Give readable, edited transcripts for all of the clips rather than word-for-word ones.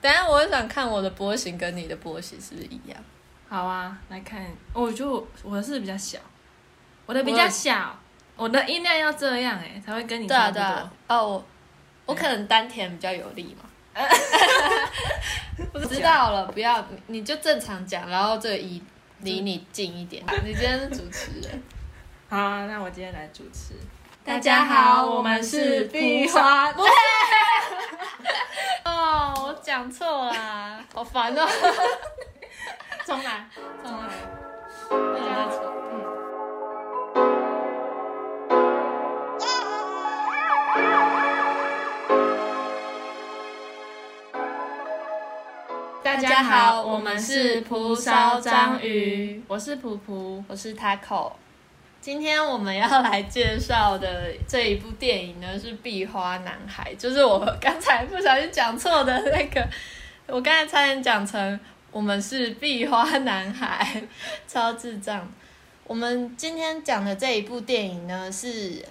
等一下我想看我的波形跟你的波形是不是一样。 好啊，来看，我觉得我的是比较小，我的比较小，我的音量要这样才会跟你差不多。对啊。 哦，我可能丹田比较有力嘛。我知道了，不要，你就正常讲，然后这个离你近一点。你今天是主持人。 好啊，那我今天来主持。 大家好，我们是壁花。哦，我讲错啦，好烦哦。 重来。 大家好。大家好，我们是蒲烧章鱼， 我是蒲蒲， 我是 Taco。今天我们要来介绍的这一部电影呢是《壁花男孩》，就是我刚才不小心讲错的那个，我刚才差点讲成我们是壁花男孩，超智障。我们今天讲的这一部电影呢是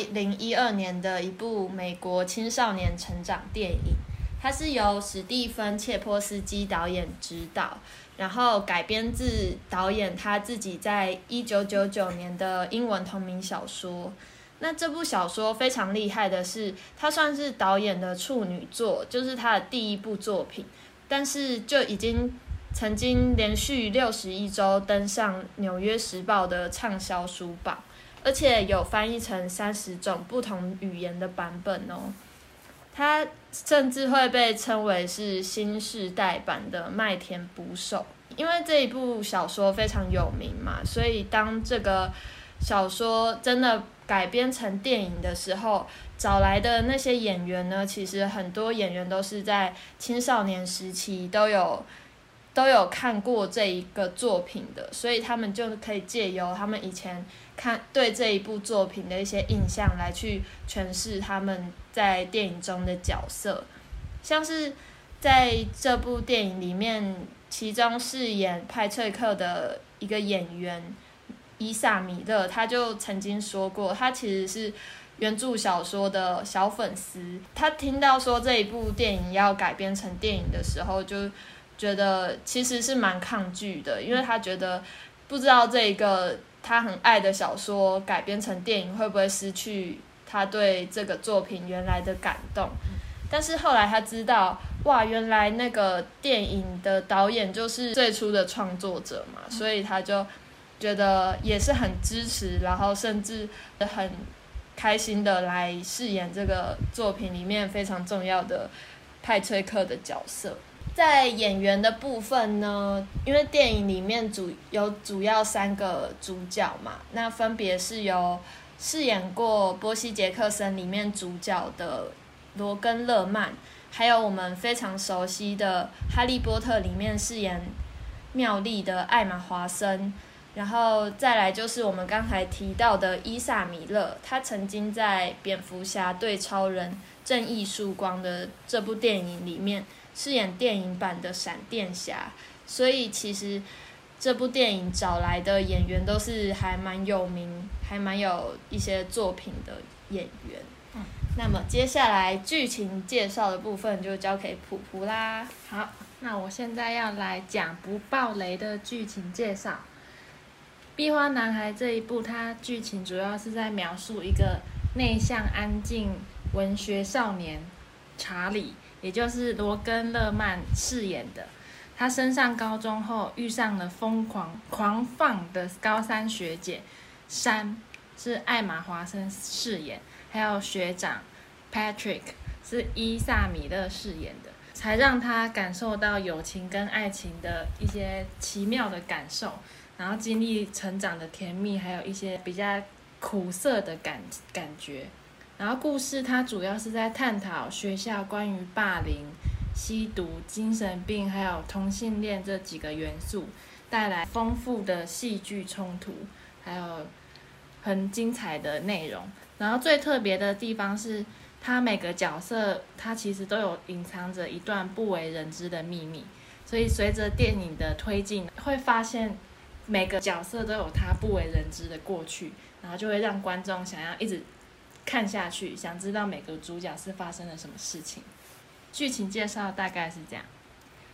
2012年的一部美国青少年成长电影。它是由史蒂芬·切波斯基导演执导，然后改编自导演他自己在1999年的英文同名小说。那这部小说非常厉害的是，它算是导演的处女作，就是他的第一部作品，但是就已经曾经连续61周登上《纽约时报》的畅销书榜，而且有翻译成30种不同语言的版本哦。它甚至会被称为是新世代版的麦田捕手，因为这一部小说非常有名嘛，所以当这个小说真的改编成电影的时候，找来的那些演员呢，其实很多演员都是在青少年时期都有看过这一个作品的，所以他们就可以借由他们以前对这一部作品的一些印象来去诠释他们在电影中的角色。像是在这部电影里面，其中饰演派翠克的一个演员伊萨米勒，他就曾经说过，他其实是原著小说的小粉丝。他听到说这一部电影要改编成电影的时候，就觉得其实是蛮抗拒的，因为他觉得不知道这一个他很爱的小说改编成电影会不会失去他对这个作品原来的感动。但是后来他知道，哇，原来那个电影的导演就是最初的创作者嘛，所以他就觉得也是很支持，然后甚至很开心的来饰演这个作品里面非常重要的派翠克的角色。在演员的部分呢，因为电影里面主要3个主角嘛，那分别是由饰演过《波西·杰克森》里面主角的罗根·勒曼，还有我们非常熟悉的《哈利波特》里面饰演妙丽的艾玛·华森，然后再来就是我们刚才提到的伊萨米勒，他曾经在《蝙蝠侠对超人：正义曙光》的这部电影里面饰演电影版的闪电侠，所以其实这部电影找来的演员都是还蛮有名，还蛮有一些作品的演员。那么接下来剧情介绍的部分就交给普普啦。 好，那我现在要来讲不爆雷的剧情介绍。《壁花男孩》这一部，它剧情主要是在描述一个内向安静文学少年查理，也就是罗根·勒曼饰演的。他升上高中后遇上了狂放的高三学姐珊，是艾玛·华森饰演，还有学长 Patrick 是伊萨米勒饰演的，才让他感受到友情跟爱情的一些奇妙的感受，然后经历成长的甜蜜，还有一些比较苦涩的感觉。然后故事它主要是在探讨学校关于霸凌、吸毒、精神病还有同性恋这几个元素，带来丰富的戏剧冲突，还有很精彩的内容。然后最特别的地方是，他每个角色他其实都有隐藏着一段不为人知的秘密，所以随着电影的推进，会发现每个角色都有他不为人知的过去，然后就会让观众想要一直看下去，想知道每个主角是发生了什么事情。剧情介绍大概是这样。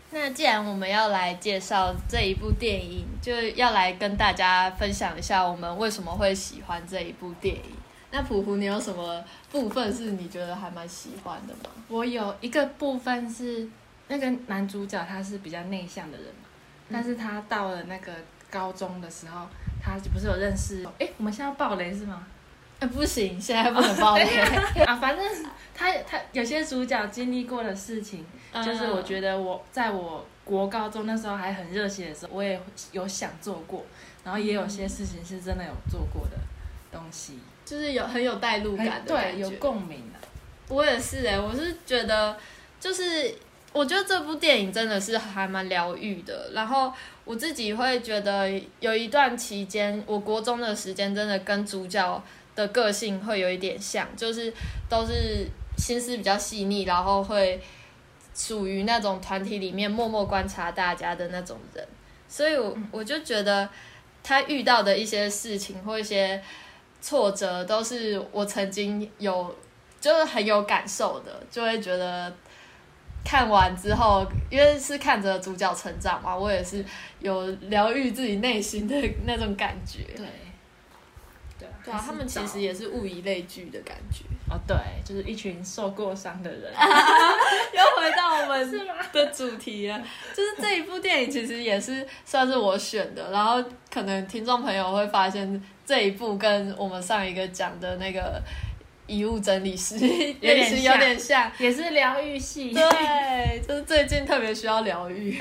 那既然我们要来介绍这一部电影，就要来跟大家分享一下我们为什么会喜欢这一部电影。那普普，你有什么部分是你觉得还蛮喜欢的吗？ 我有一个部分是那个男主角他是比较内向的人嘛，但是他到了那个高中的时候，他不是有认识，我们现在要爆雷是吗？ 不行，现在不能爆雷啊！反正他有些主角经历过的事情，就是我觉得在我国高中那时候还很热血的时候，我也有想做过，然后也有些事情是真的有做过的东西， 就是很有代入感的感觉， 对，有共鸣啊。 我也是我是觉得就是我觉得这部电影真的是还蛮疗愈的，然后我自己会觉得有一段期间，我国中的时间真的跟主角的个性会有一点像，就是都是心思比较细腻，然后会属于那种团体里面默默观察大家的那种人，所以我就觉得他遇到的一些事情或一些挫折都是我曾经就是很有感受的，就会觉得看完之后，因为是看着主角成长嘛，我也是有疗愈自己内心的那种感觉。对啊，他们其实也是物以类聚的感觉。 对，就是一群受过伤的人。 又回到我们的主题了，就是这一部电影其实也是算是我选的，然后可能听众朋友会发现这一部跟我们上一个讲的那个遗物整理师有点像， 也是疗愈系。 对，就是最近特别需要疗愈。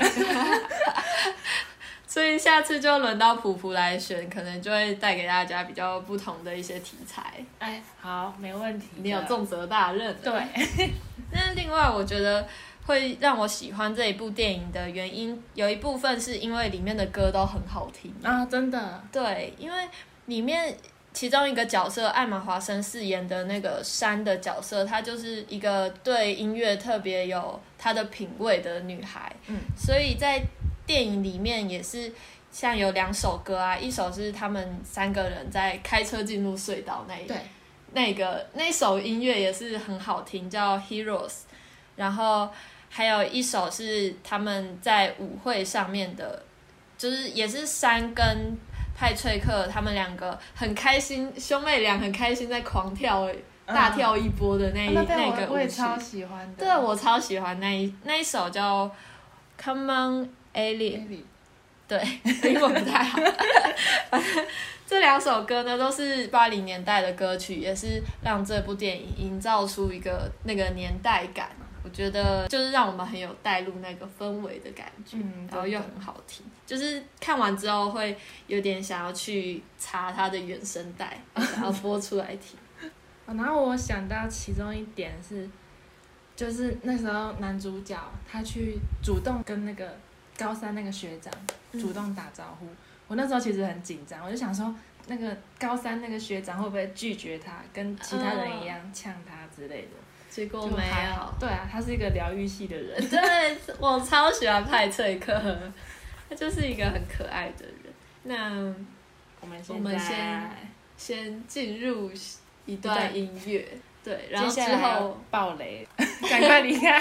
所以下次就轮到普普来选，可能就会带给大家比较不同的一些题材。 好，没问题。 你有重责大任。 对。 那另外，我觉得会让我喜欢这一部电影的原因，有一部分是因为里面的歌都很好听啊，真的。 对，因为里面其中一个角色艾玛华森饰演的那个山的角色，她就是一个对音乐特别有她的品味的女孩。所以在电影里面也是像有2首歌啊，一首是他们3个人在开车进入隧道那首音乐也是很好听，叫 Heroes， 然后还有一首是他们在舞会上面的，就是也是山跟派翠克他们2个很开心，兄妹俩很开心在狂跳大跳一波的那个舞曲， 我也超喜欢的。 对，我超喜欢那一首叫 Come on Ellie， 对，英文不太好。反正这2首歌呢都是80年代的歌曲，也是让这部电影营造出一个那个年代感。我觉得就是让我们很有带入那个氛围的感觉，然后又很好听，就是看完之后会有点想要去查它的原声带，想要播出来听。 然后我想到其中一点是，就是那时候男主角他去主动跟那个高3那个学长主动打招呼，我那时候其实很紧张，我就想说那个高3那个学长会不会拒绝他，跟其他人一样呛他之类的。 结果没有。 对啊，他是一个疗愈系的人。 对，我超喜欢派翠克，他就是一个很可爱的人。那我们先进入一段音乐，对，然后之后爆雷，赶快离开。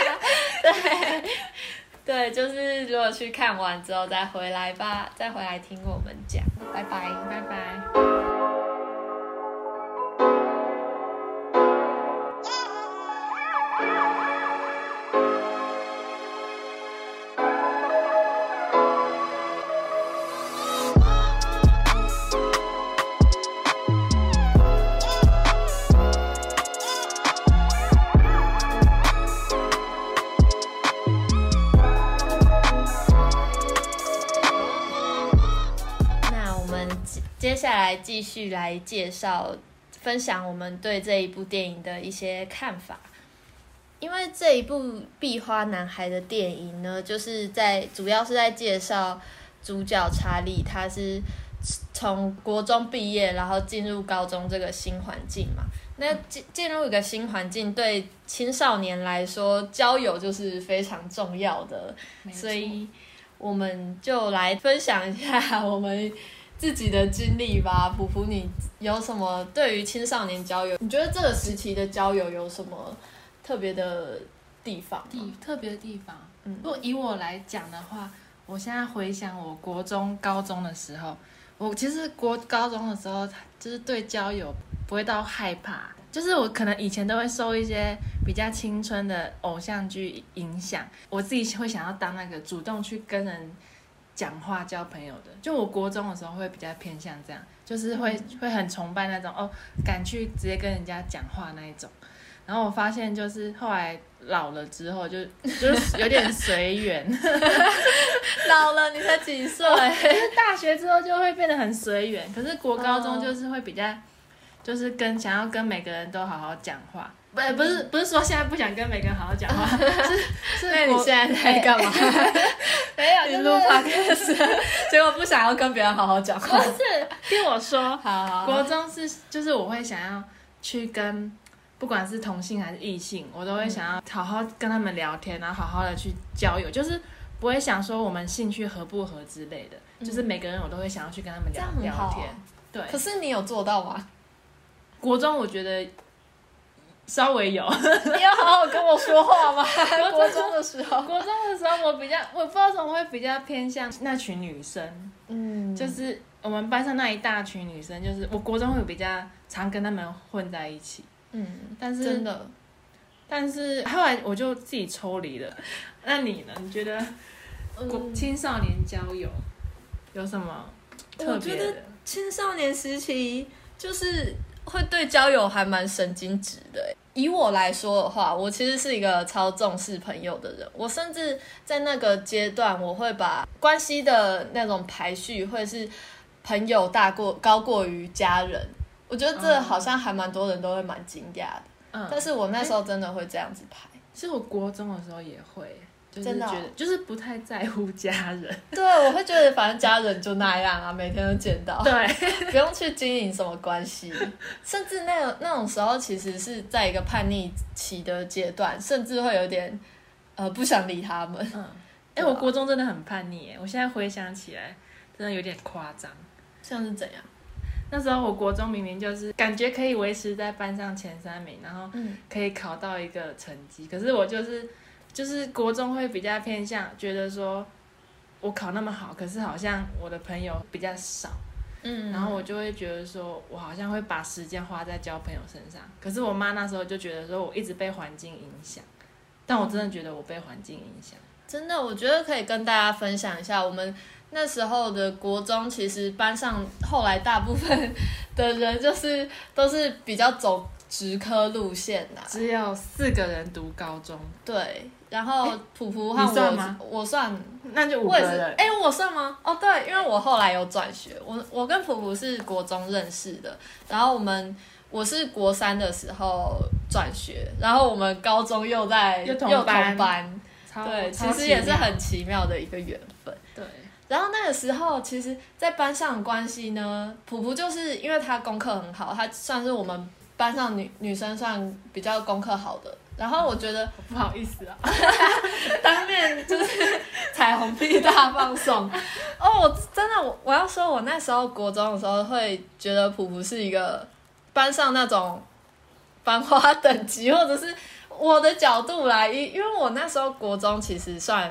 对，就是如果去看完之后再回来吧，再回来听我们讲，拜拜， 拜拜。 接下来继续来分享我们对这一部电影的一些看法。因为这一部《壁花男孩》的电影呢，就是主要是在介绍主角查理，他是从国中毕业，然后进入高中这个新环境嘛。那进入一个新环境，对青少年来说，交友就是非常重要的，所以我们就来分享一下我们自己的经历吧。普普，你有什么对于青少年交友？你觉得这个时期的交友有什么特别的地方？ 特别的地方， 如果以我来讲的话，我现在回想我国中、高中的时候，我其实高中的时候就是对交友不会到害怕，就是我可能以前都会受一些比较青春的偶像剧影响，我自己会想要当那个主动去跟人讲话交朋友的。就我国中的时候会比较偏向这样，就是会很崇拜那种敢去直接跟人家讲话那一种。然后我发现就是后来老了之后就是有点随缘。 老了你才几岁？ 就是大学之后就会变得很随缘，可是国高中就是会比较，就是想要跟每个人都好好讲话。不是说现在不想跟每个人好好讲话，是那你现在在干嘛？ 没有， 你录 podcast， 结果不想要跟别人好好讲话。 不是，听我说， 好， 国中就是我会想要去跟不管是同性还是异性，我都会想要好好跟他们聊天，然后好好的去交友，就是不会想说我们兴趣合不合之类的，就是每个人我都会想要去跟他们聊天。对， 可是你有做到吗？ 国中我觉得稍微有。 你要好好跟我说话吗？国中的时候我不知道怎么会比较偏向那群女生，就是我们班上那一大群女生，就是我国中会比较常跟他们混在一起，但是真的， 但是后来我就自己抽离了。那你呢？你觉得青少年交友有什么特别的？ 我觉得青少年时期就是会对交友还蛮神经质的。以我来说的话，我其实是一个超重视朋友的人，我甚至在那个阶段，我会把关系的那种排序会是朋友高过于家人。我觉得这好像还蛮多人都会蛮惊讶的，但是我那时候真的会这样子排。 其实我国中的时候也会。就是真的觉得就是不太在乎家人。 对，我会觉得反正家人就那样啊，每天都见到， 对， 不用去经营什么关系。甚至那种时候，其实是在一个叛逆期的阶段，甚至会有点不想理他们。 我国中真的很叛逆耶，我现在回想起来，真的有点夸张。 像是怎样？ 那时候我国中明明就是感觉可以维持在班上前3名，然后可以考到一个成绩，可是我就是国中会比较偏向觉得说，我考那么好，可是好像我的朋友比较少，然后我就会觉得说，我好像会把时间花在交朋友身上。可是我妈那时候就觉得说我一直被环境影响，但我真的觉得我被环境影响。 真的，我觉得可以跟大家分享一下，我们那时候的国中，其实班上后来大部分的人都是比较走职科路线的， 只有4个人读高中。 对。然后普普和我算， 那就5个人。 我算吗？哦，对，因为我后来有转学，我跟普普是国中认识的，然后我是国3的时候转学，然后我们高中又同班，对，其实也是很奇妙的一个缘分。 对。 然后那个时候，其实，在班上的关系呢，普普就是因为他功课很好，他算是我们班上女生算比较功课好的。然后我觉得不好意思啊， 当面就是彩虹屁大放送。我真的我要说，我那时候国中的时候会觉得普普是一个班上那种班花等级，或者是我的角度来，因为我那时候国中其实算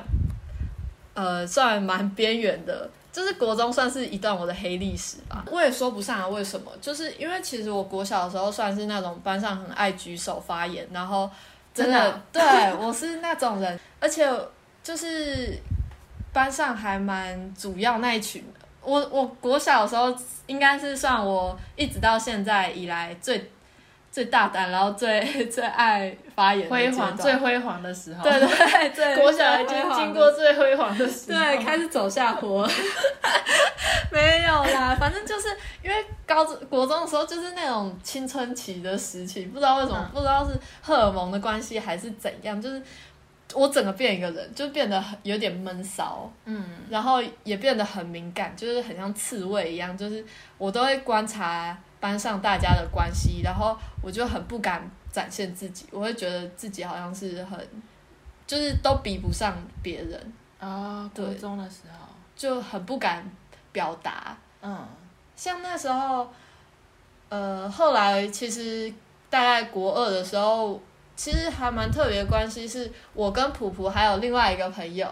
蛮边缘的。就是国中算是一段我的黑历史吧，我也说不上来为什么，就是因为其实我国小的时候算是那种班上很爱举手发言，然后真的对我是那种人，而且就是班上还蛮主要那一群的。我国小的时候应该是算我一直到现在以来最大胆，然后最爱发言的最辉煌的时候。 对， 国小已经经过最辉煌的时候， 对，开始走下坡。没有啦，反正就是因为国中的时候就是那种青春期的时期，不知道为什么，不知道是荷尔蒙的关系还是怎样，就是我整个变一个人，就变得有点闷骚，然后也变得很敏感，就是很像刺猬一样，就是我都会观察班上大家的关系，然后我就很不敢展现自己，我会觉得自己好像是就是都比不上别人。 国中的时候就很不敢表达。像那时候，后来其实大概国2的时候， 其实还蛮特别的关系，是我跟普普还有另外一个朋友。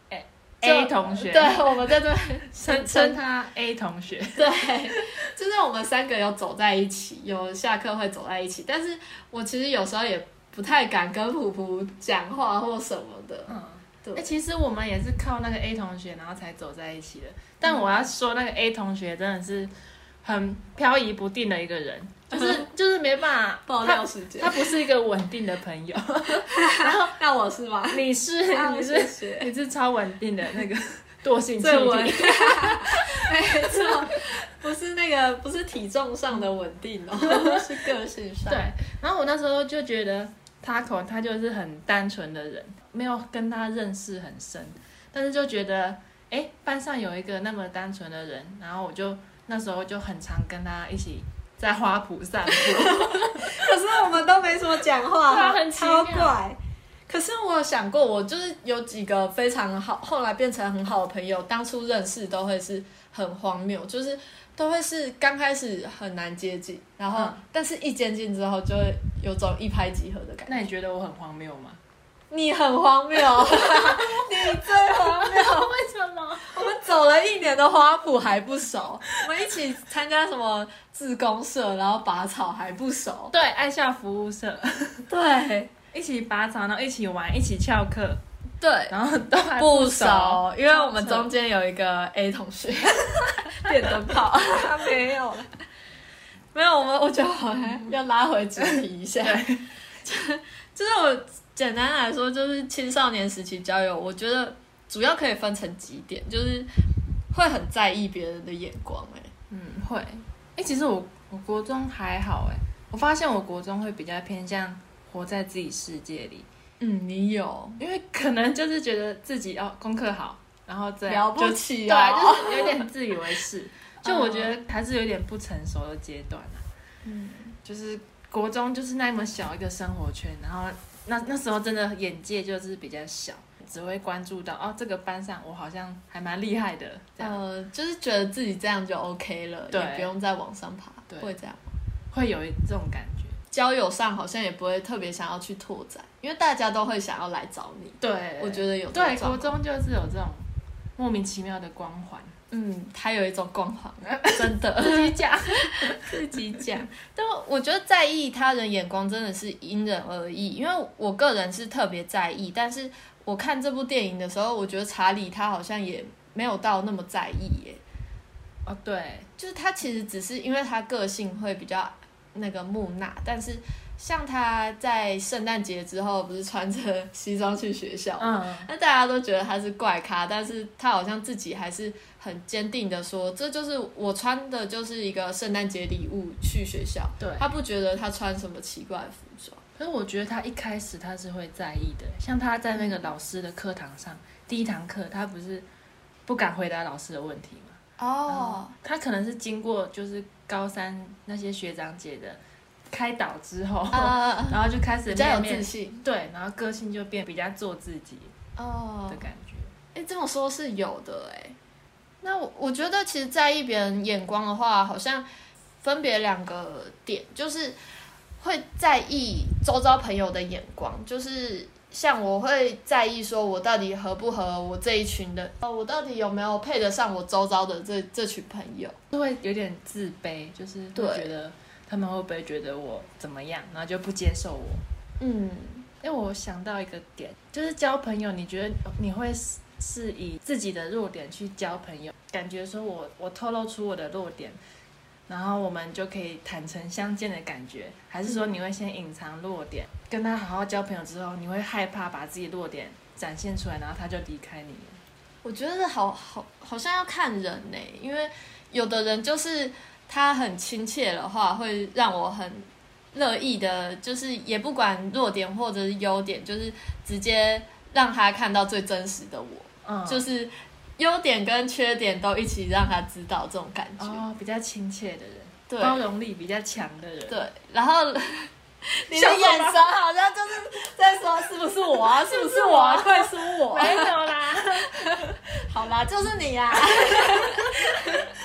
A 同学， 对，我们在这边称他 A 同学， 对，就是我们3个有走在一起，有下课会走在一起，但是我其实有时候也不太敢跟普普讲话或什么的。对。 其实我们也是靠那个 A 同学，然后才走在一起的。但我要说，那个 A 同学真的是很飘移不定的一个人，就是没办法爆料时间， 他不是一个稳定的朋友。然后那我是吗？ 你是超稳定的那个惰性气最稳体。 没错，不是体重上的稳定哦，是个性上。 对，然后我那时候就觉得他就是很单纯的人，没有跟他认识很深，但是就觉得班上有一个那么单纯的人，然后我就那时候就很常跟他一起在花圃散步。 可是我们都没什么讲话， 他很超怪。可是我有想过，我就是有几个非常好，后来变成很好的朋友，当初认识都会是很荒谬，就是都会是刚开始很难接近，然后但是一接近之后就会有种一拍即合的感觉。 那你觉得我很荒谬吗？ 你很荒谬，你最荒谬。 为什么？ 我们走了1年的花圃还不熟，我们一起参加什么志工社，然后拔草还不熟。 对，爱校服务社。 对， 一起拔草，然后一起玩，一起翘课。 对， 然后都还不熟， 因为我们中间有一个 A 同学，电灯泡，他没有了。没有，我觉得好像要拉回主题一下。就是我简单来说，就是青少年时期交友，我觉得主要可以分成几点，就是会很在意别人的眼光。 会。其实我国中还好我发现我国中会比较偏向活在自己世界里。 你有， 因为可能就是觉得自己功课好，然后这样了不起对，就是有点自以为是。就我觉得还是有点不成熟的阶段就是国中就是那么小一个生活圈，然后那时候真的眼界就是比较小，只会关注到这个班上我好像还蛮厉害的，这样就是觉得自己这样就 OK 了， 对， 也不用再往上爬， 对， 会这样， 会有这种感觉。 交友上好像也不会特别想要去拓展，因为大家都会想要来找你。 对， 我觉得有对，国中就是有这种莫名其妙的光环。 它有一种光环，真的自己讲， 自己讲。但我觉得在意他人眼光真的是因人而异，因为我个人是特别在意，但是我看这部电影的时候，我觉得查理他好像也没有到那么在意耶。 对， 就是他其实只是因为他个性会比较那个木讷，但是像他在圣诞节之后不是穿着西装去学校，那大家都觉得他是怪咖，但是他好像自己还是很坚定的说，这就是我穿的就是一个圣诞节礼物去学校。 对， 他不觉得他穿什么奇怪的服装。 可是我觉得他一开始他是会在意的，像他在那个老师的课堂上，第一堂课他不是不敢回答老师的问题吗？他可能是经过就是高三那些学长姐的开导之后，然后就开始比较有自信， 对，然后个性就变比较做自己的感觉。 这么说是有的那我觉得其实在意别人眼光的话，好像分别2个点，就是会在意周遭朋友的眼光，就是像我会在意说我到底合不合我这一群的，我到底有没有配得上我周遭的这群朋友， 就会有点自卑，就是会觉得他们会不会觉得我怎么样，然后就不接受我。因为我想到一个点，就是交朋友，你觉得你会是以自己的弱点去交朋友，感觉说我透露出我的弱点，然后我们就可以坦诚相见的感觉，还是说你会先隐藏弱点，跟他好好交朋友之后，你会害怕把自己弱点展现出来，然后他就离开你了？ 我觉得好像要看人因为有的人就是他很亲切的话，会让我很乐意的，就是也不管弱点或者是优点，就是直接让他看到最真实的我，就是优点跟缺点都一起让他知道这种感觉。 比较亲切的人， 对， 包容力比较强的人， 对。然后你的眼神好像就是在说是不是我啊？是不是我啊？快说我！ 没有啦， 好啦，就是你啊。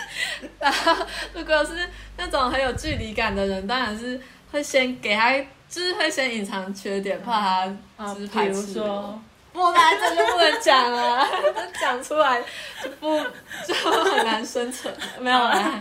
然后如果是那种很有距离感的人，当然是会先给他就是会先隐藏缺点，怕他就是排比如斥说， 我来这就不能讲了，讲出来就很难生存。没有啦，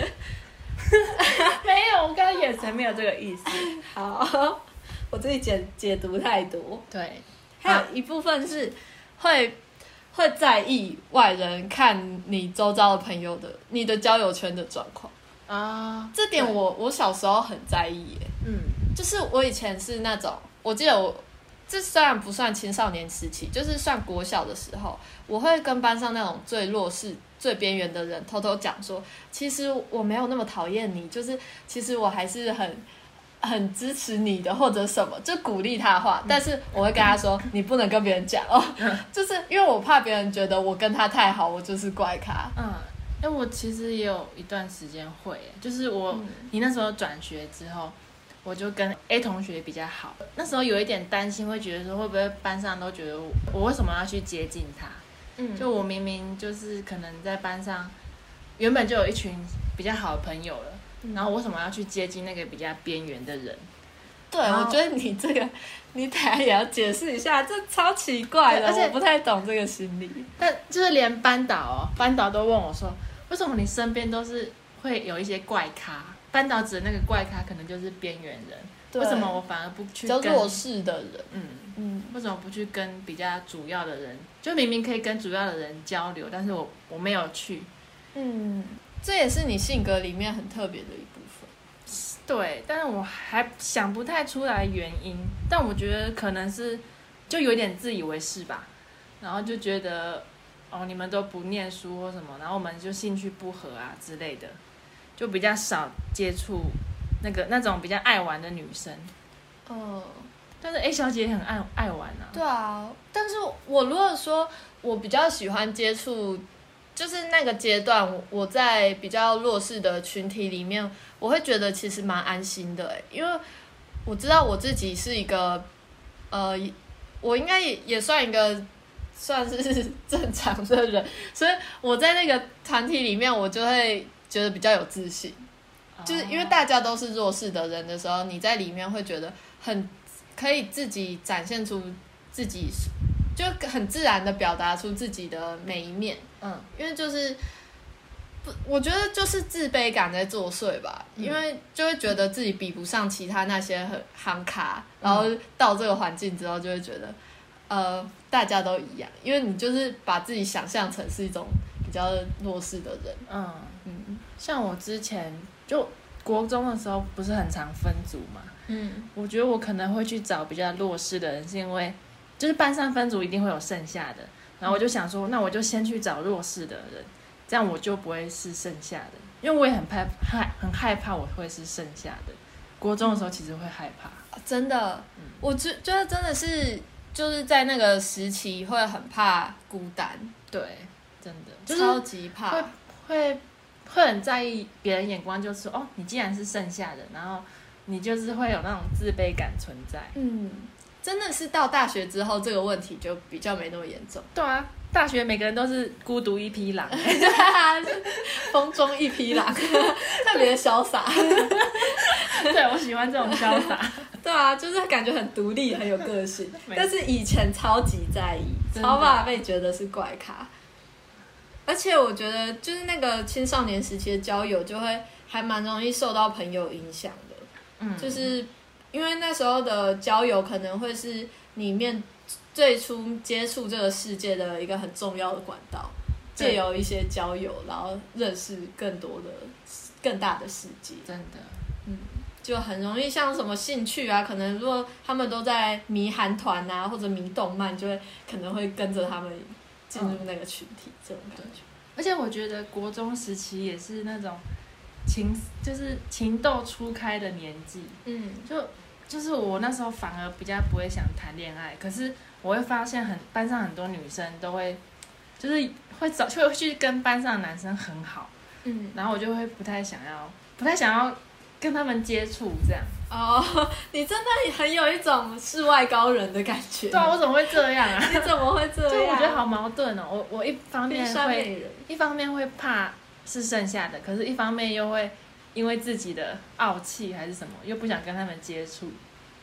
没有，我刚刚眼神没有这个意思。 好，我自己解读太多。 对， 还有一部分是会在意外人看你周遭的朋友的你的交友圈的状况啊， 这点我小时候很在意耶。就是我以前是那种，我记得这虽然不算青少年时期，就是算国小的时候，我会跟班上那种最弱势、最边缘的人偷偷讲说，其实我没有那么讨厌你，就是其实我还是很支持你的，或者什么，就鼓励他的话。但是我会跟他说，你不能跟别人讲哦，就是因为我怕别人觉得我跟他太好，我就是怪咖。 因为我其实也有一段时间会，就是你那时候转学之后。我就跟 A 同学比较好，那时候有一点担心，会觉得说会不会班上都觉得我为什么要去接近他？就我明明就是可能在班上原本就有一群比较好的朋友了，然后我为什么要去接近那个比较边缘的人？ 对，我觉得你这个你等下也要解释一下，这超奇怪的，而且我不太懂这个心理。 但就是连班导都问我说，为什么你身边都是会有一些怪咖？班导指的那个怪咖可能就是边缘人，为什么我反而不去跟弱势的人？ 为什么不去跟比较主要的人？就明明可以跟主要的人交流，但是我没有去。 这也是你性格里面很特别的一部分。 对，但是我还想不太出来原因，但我觉得可能是就有点自以为是吧，然后就觉得你们都不念书或什么，然后我们就兴趣不合啊之类的。就比较少接触那种比较爱玩的女生，但是 A 小姐也很爱玩啊。 对啊，但是我如果说我比较喜欢接触，就是那个阶段，我在比较弱势的群体里面，我会觉得其实蛮安心的因为我知道我自己是一个，我应该也算一个算是正常的人，所以我在那个团体里面，我就会觉得比较有自信，就是因为大家都是弱势的人的时候，你在里面会觉得很可以自己展现出自己，就很自然的表达出自己的每一面。因为就是我觉得就是自卑感在作祟吧，因为就会觉得自己比不上其他那些很行咖，然后到这个环境之后就会觉得大家都一样，因为你就是把自己想象成是一种比较弱势的人。 像我之前就国中的时候不是很常分组嘛，我觉得我可能会去找比较弱势的人，是因为就是班上分组一定会有剩下的，然后我就想说，那我就先去找弱势的人，这样我就不会是剩下的，因为我也很害怕我会是剩下的。国中的时候其实会害怕， 真的，我觉得真的是就是在那个时期会很怕孤单， 对，真的就是超级怕， 会很在意别人眼光，就是说你既然是剩下的，然后你就是会有那种自卑感存在。 真的是到大学之后，这个问题就比较没那么严重。 对啊，大学每个人都是孤独一匹狼， 风中一匹狼，特别潇洒。 对，我喜欢这种潇洒。 对啊，就是感觉很独立，很有个性。但是以前超级在意，超怕被觉得是怪咖。而且我觉得，就是那个青少年时期的交友，就会还蛮容易受到朋友影响的。就是因为那时候的交友可能会是里面最初接触这个世界的一个很重要的管道，借由一些交友，然后认识更多的、更大的世界。 真的， 就很容易像什么兴趣啊，可能如果他们都在迷韩团啊，或者迷动漫，就会可能会跟着他们进入那个群体，这种感觉。 而且我觉得国中时期也是那种就是情窦初开的年纪，就是我那时候反而比较不会想谈恋爱，可是我会发现班上很多女生都会，就是会去跟班上的男生很好，然后我就会不太想要跟他们接触这样。 你真的很有一种世外高人的感觉。 对啊，我怎么会这样啊？ 你怎么会这样？ 就我觉得好矛盾哦。我一方面会怕是剩下的，可是一方面又会因为自己的傲气还是什么，又不想跟他们接触。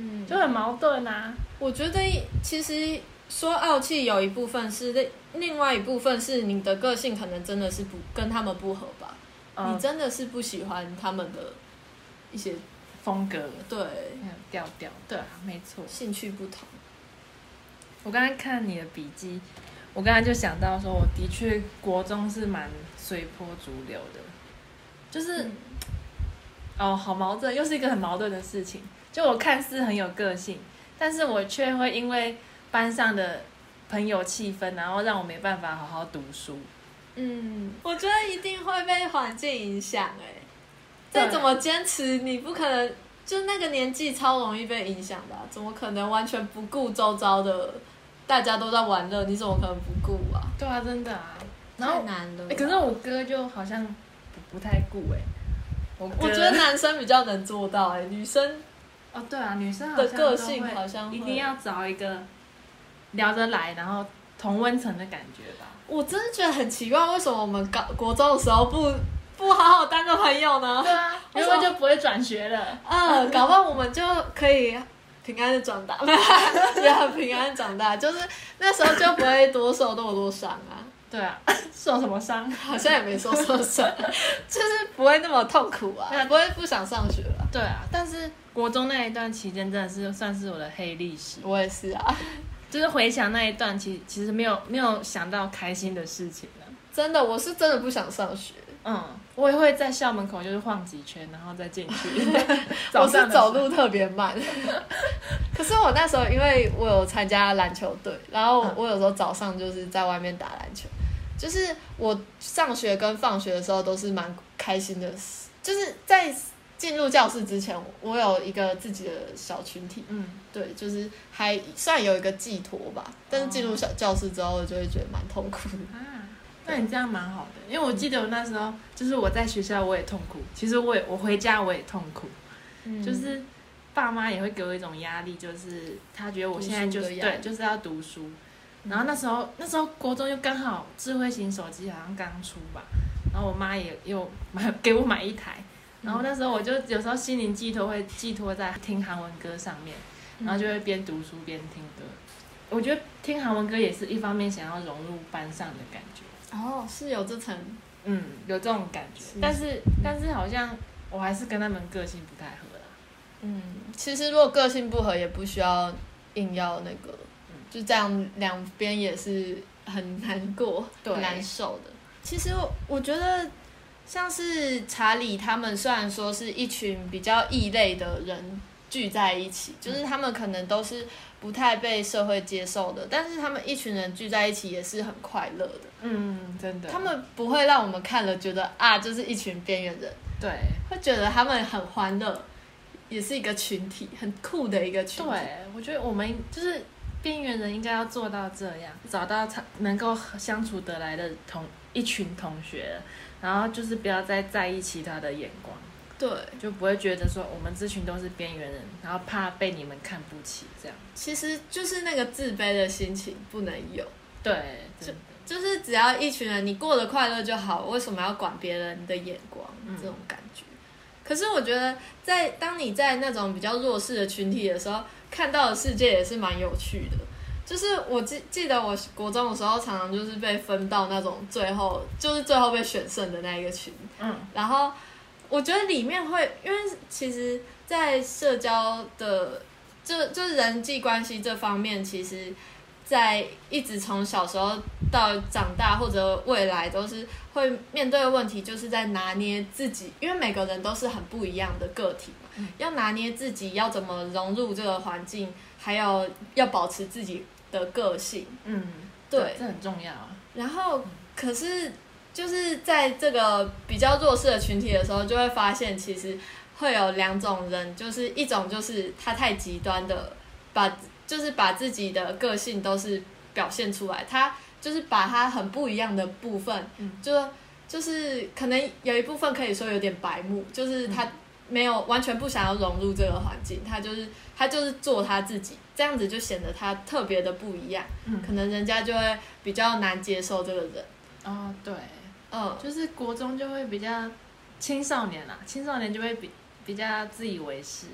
就很矛盾啊。 我觉得其实说傲气有一部分是，另外一部分是你的个性可能真的是跟他们不合吧，你真的是不喜欢他们的一些风格， 对， 调调，对啊，没错， 兴趣不同。 我刚才看你的笔记，我刚才就想到说，我的确国中是蛮随波逐流的，就是，好矛盾，又是一个很矛盾的事情。就我看似很有个性，但是我却会因为班上的朋友气氛，然后让我没办法好好读书。 我觉得一定会被环境影响再怎么坚持，你不可能就那个年纪超容易被影响的怎么可能完全不顾周遭的？大家都在玩乐，你怎么可能不顾啊？ 对啊，真的啊， 太难了。 可是我哥就好像不太顾我觉得男生比较能做到女生对啊，女生的个性好像一定要找一个聊得来，然后同温层的感觉吧。 我真的觉得很奇怪，为什么我们国中的时候不好好当个朋友呢？ 对啊，因为就不会转学了。 搞不好我们就可以平安的长大，也很平安长大，就是那时候就不会多受那么多伤啊。 对啊，受什么伤？ 好像也没受什么伤，就是不会那么痛苦啊，不会不想上学了。 对啊，但是国中那一段期间真的是算是我的黑历史。 我也是啊， 就是回想那一段，其实没有想到开心的事情了。 真的，我是真的不想上学。 我也会在校门口就是晃几圈，然后再进去。 我是走路特别慢。可是我那时候因为我有参加篮球队，然后我有时候早上就是在外面打篮球，就是我上学跟放学的时候都是蛮开心的事。就是在进入教室之前，我有一个自己的小群体，对，就是还算有一个寄托吧。但是进入教室之后，我就会觉得蛮痛苦的。 那你这样蛮好的，因为我记得我那时候就是我在学校我也痛苦，其实我回家我也痛苦，就是爸妈也会给我一种压力，就是他觉得我现在就是对，就是要读书。然后那时候国中又刚好智慧型手机好像刚出吧，然后我妈也又给我买一台，然后那时候我就有时候心灵寄托会寄托在听韩文歌上面，然后就会边读书边听歌。我觉得听韩文歌也是一方面想要融入班上的感觉。 是有这层， 有这种感觉，但是好像我还是跟他们个性不太合啦。 其实如果个性不合，也不需要硬要那个，就这样两边也是很难过、很难受的。其实我觉得，像是查理他们，虽然说是一群比较异类的人聚在一起，就是他们可能都是不太被社会接受的，但是他们一群人聚在一起也是很快乐的。 真的。 他们不会让我们看了觉得就是一群边缘人， 对， 会觉得他们很欢乐，也是一个群体，很酷的一个群体。 对，我觉得我们就是边缘人应该要做到这样，找到能够相处得来的一群同学，然后就是不要再在意其他的眼光。 对， 就不会觉得说我们这群都是边缘人，然后怕被你们看不起这样。 其实就是那个自卑的心情不能有。 对， 就是只要一群人你过得快乐就好，为什么要管别人的眼光？这种感觉。可是我觉得当你在那种比较弱势的群体的时候，看到的世界也是蛮有趣的。就是我记得我国中的时候，常常就是被分到那种最后被选剩的那一个群。然后我觉得里面会，因为其实在社交的就是人际关系这方面，其实在一直从小时候到长大或者未来都是会面对的问题，就是在拿捏自己，因为每个人都是很不一样的个体嘛，要拿捏自己要怎么融入这个环境，还有要保持自己的个性。对， 这很重要啊。 然后可是就是在这个比较弱势的群体的时候，就会发现其实会有两种人，就是一种就是他太极端的把自己的个性都是表现出来，他就是把他很不一样的部分，就是可能有一部分可以说有点白目，就是他没有完全不想要融入这个环境，他就是做他自己，这样子就显得他特别的不一样，可能人家就会比较难接受这个人。 对，就是国中就会比较青少年就会比较自以为是，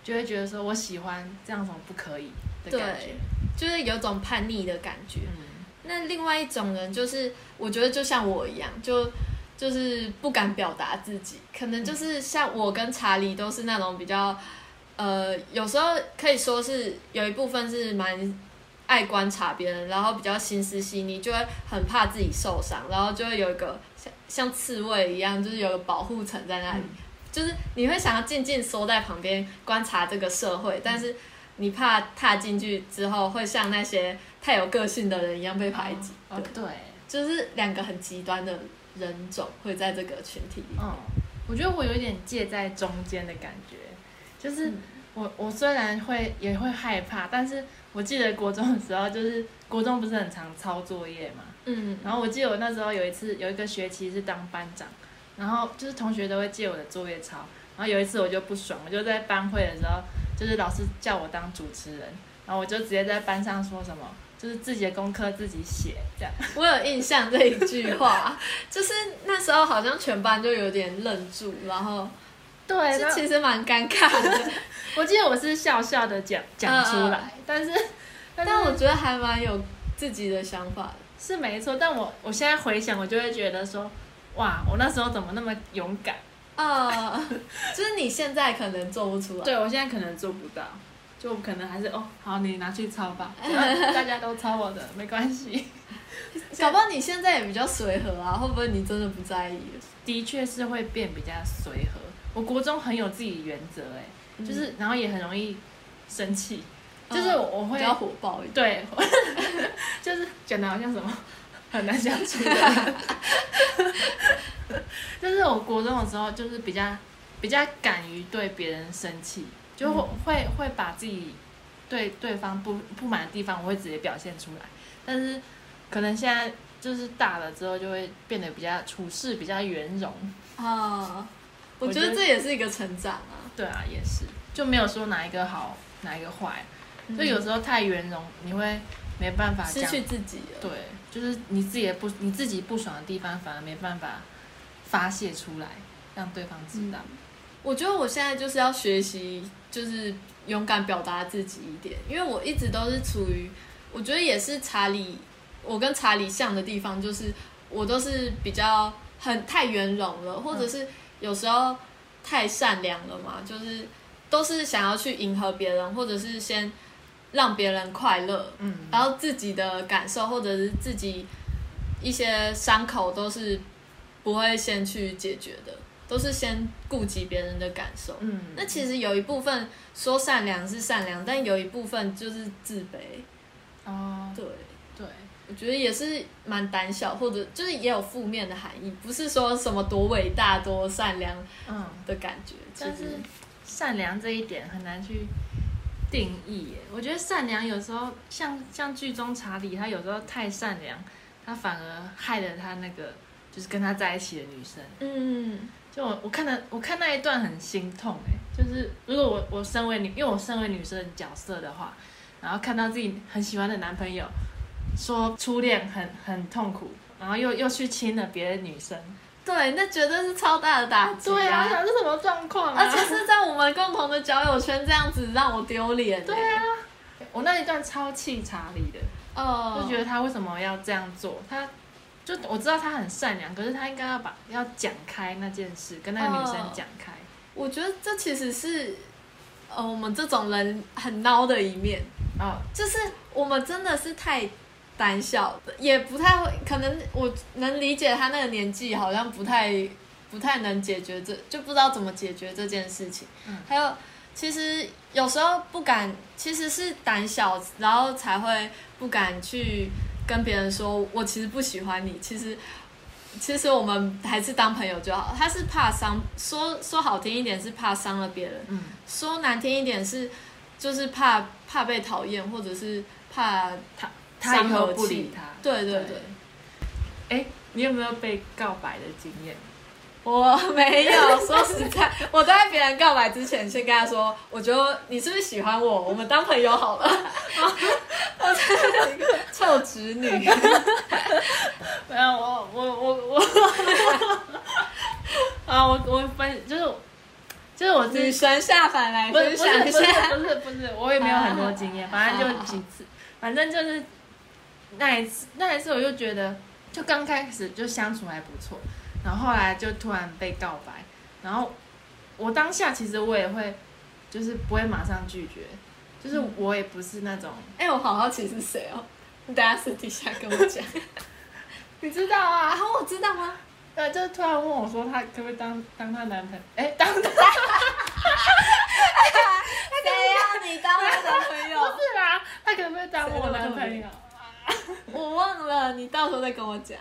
就会觉得说我喜欢，这样怎么不可以的感觉， 就是有种叛逆的感觉。那另外一种人就是我觉得就像我一样，就是不敢表达自己，可能就是像我跟查理都是那种比较有时候可以说是有一部分是蛮爱观察别人，然后比较心思细腻，就会很怕自己受伤，然后就会有一个像刺猬一样，就是有个保护层在那里，就是你会想要静静缩在旁边观察这个社会，但是你怕踏进去之后会像那些太有个性的人一样被排挤。 对， 就是两个很极端的人种会在这个群体里面。 我觉得我有一点介在中间的感觉，就是我虽然也会害怕，但是我记得国中的时候，就是国中不是很常抄作业嘛，然后我记得我那时候有一个学期是当班长，然后就是同学都会借我的作业抄，然后有一次我就不爽，我就在班会的时候，就是老师叫我当主持人，然后我就直接在班上说什么，就是自己的功课自己写这样。 我有印象这一句话，就是那时候好像全班就有点愣住，然后对， 这其实蛮尴尬的。 我记得我是笑笑的讲出来，但我觉得还蛮有自己的想法的。 是没错，但我现在回想，我就会觉得说，哇，我那时候怎么那么勇敢？ 就是你现在可能做不出来。 对，我现在可能做不到，就可能还是好，你拿去抄吧，大家都抄我的，没关系。 搞不好你现在也比较随和啊，会不会你真的不在意了？ 的确是会变比较随和。我国中很有自己原则，就是然后也很容易生气，就是我会比较火爆一点。 对，就是讲的好像什么很难相处的。就是我国中的时候，就是比较敢于对别人生气，就会把自己对对方不满的地方，我会直接表现出来。但是可能现在就是大了之后，就会变得比较处事比较圆融。 我觉得这也是一个成长啊。 对啊，也是，就没有说哪一个好哪一个坏，就有时候太圆融，你会没办法失去自己了。 对，就是你自己不爽的地方，反而没办法发泄出来，让对方知道。 我觉得我现在就是要学习，就是勇敢表达自己一点，因为我一直都是处于，我觉得也是我跟查理像的地方，就是我都是比较太圆融了，或者是有时候太善良了嘛，就是都是想要去迎合别人，或者是先让别人快乐，然后自己的感受或者是自己一些伤口都是不会先去解决的，都是先顾及别人的感受。那其实有一部分说善良是善良，但有一部分就是自卑。对，我觉得也是蛮胆小，或者就是也有负面的含义，不是说什么多伟大多善良的感觉。 但是善良这一点很难去定义耶。我觉得善良有时候像剧中查理，他有时候太善良，他反而害了他那个就是跟他在一起的女生。就我看那一段很心痛就是如果我身为因为我身为女生的角色的话，然后看到自己很喜欢的男朋友说初恋很痛苦，然后又去亲了别的女生。 对，那绝对是超大的打击。 对啊，这是什么状况啊？ 而且是在我们共同的交友圈这样子让我丢脸。 对啊，我那一段超气查理的，就觉得他为什么要这样做？我知道他很善良，可是他应该要讲开那件事，跟那个女生讲开。 我觉得这其实是我们这种人很孬的一面。就是我们真的是太胆小的，也不太会，可能我能理解他那个年纪好像不太能解决就不知道怎么解决这件事情。还有其实有时候不敢，其实是胆小，然后才会不敢去跟别人说我其实不喜欢你，其实我们还是当朋友就好。他是怕伤，说好听一点是怕伤了别人，说难听一点是就是怕被讨厌，或者是怕他以后不理他。 对。 你有没有被告白的经验？ 我没有，说实在，我在别人告白之前先跟他说，我觉得你是不是喜欢我？我们当朋友好了。我真的是一个臭直女。 没有，我就是我女神下凡来分享一下。 不是，我也没有很多经验，反正就几次，反正就是那一次我就觉得，就刚开始就相处还不错，然后后来就突然被告白，然后我当下其实我也会，就是不会马上拒绝，就是我也不是那种， 我好好奇是谁哦，你等下私底下跟我讲。 你知道啊？ 我知道吗？ 对，就是突然问我说他可不可以当他男朋友？当他。 谁要你当我男朋友？ 不是啦，他可不可以当我男朋友？ 我忘了，你到时候再跟我讲。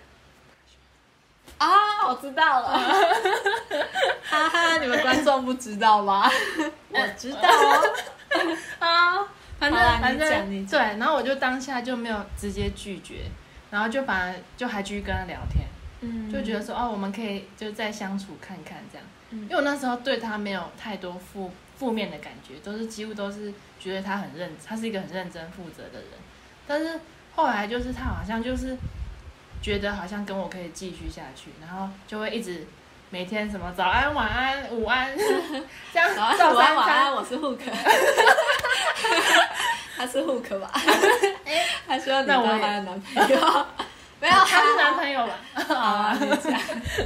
我知道了。哈哈，你们观众不知道吗？我知道哦。反正对，然后我就当下就没有直接拒绝，然后就反而就还继续跟他聊天。就觉得说我们可以就再相处看看这样，因为我那时候对他没有太多负面的感觉，几乎都是觉得他是一个很认真负责的人，但是后来就是他好像就是觉得好像跟我可以继续下去，然后就会一直每天什么早安晚安午安这样， 早安午安晚安，我是 Hook， 他是 Hook 吧？他希望你当他的男朋友。没有， 他是男朋友吧？ 好，你讲。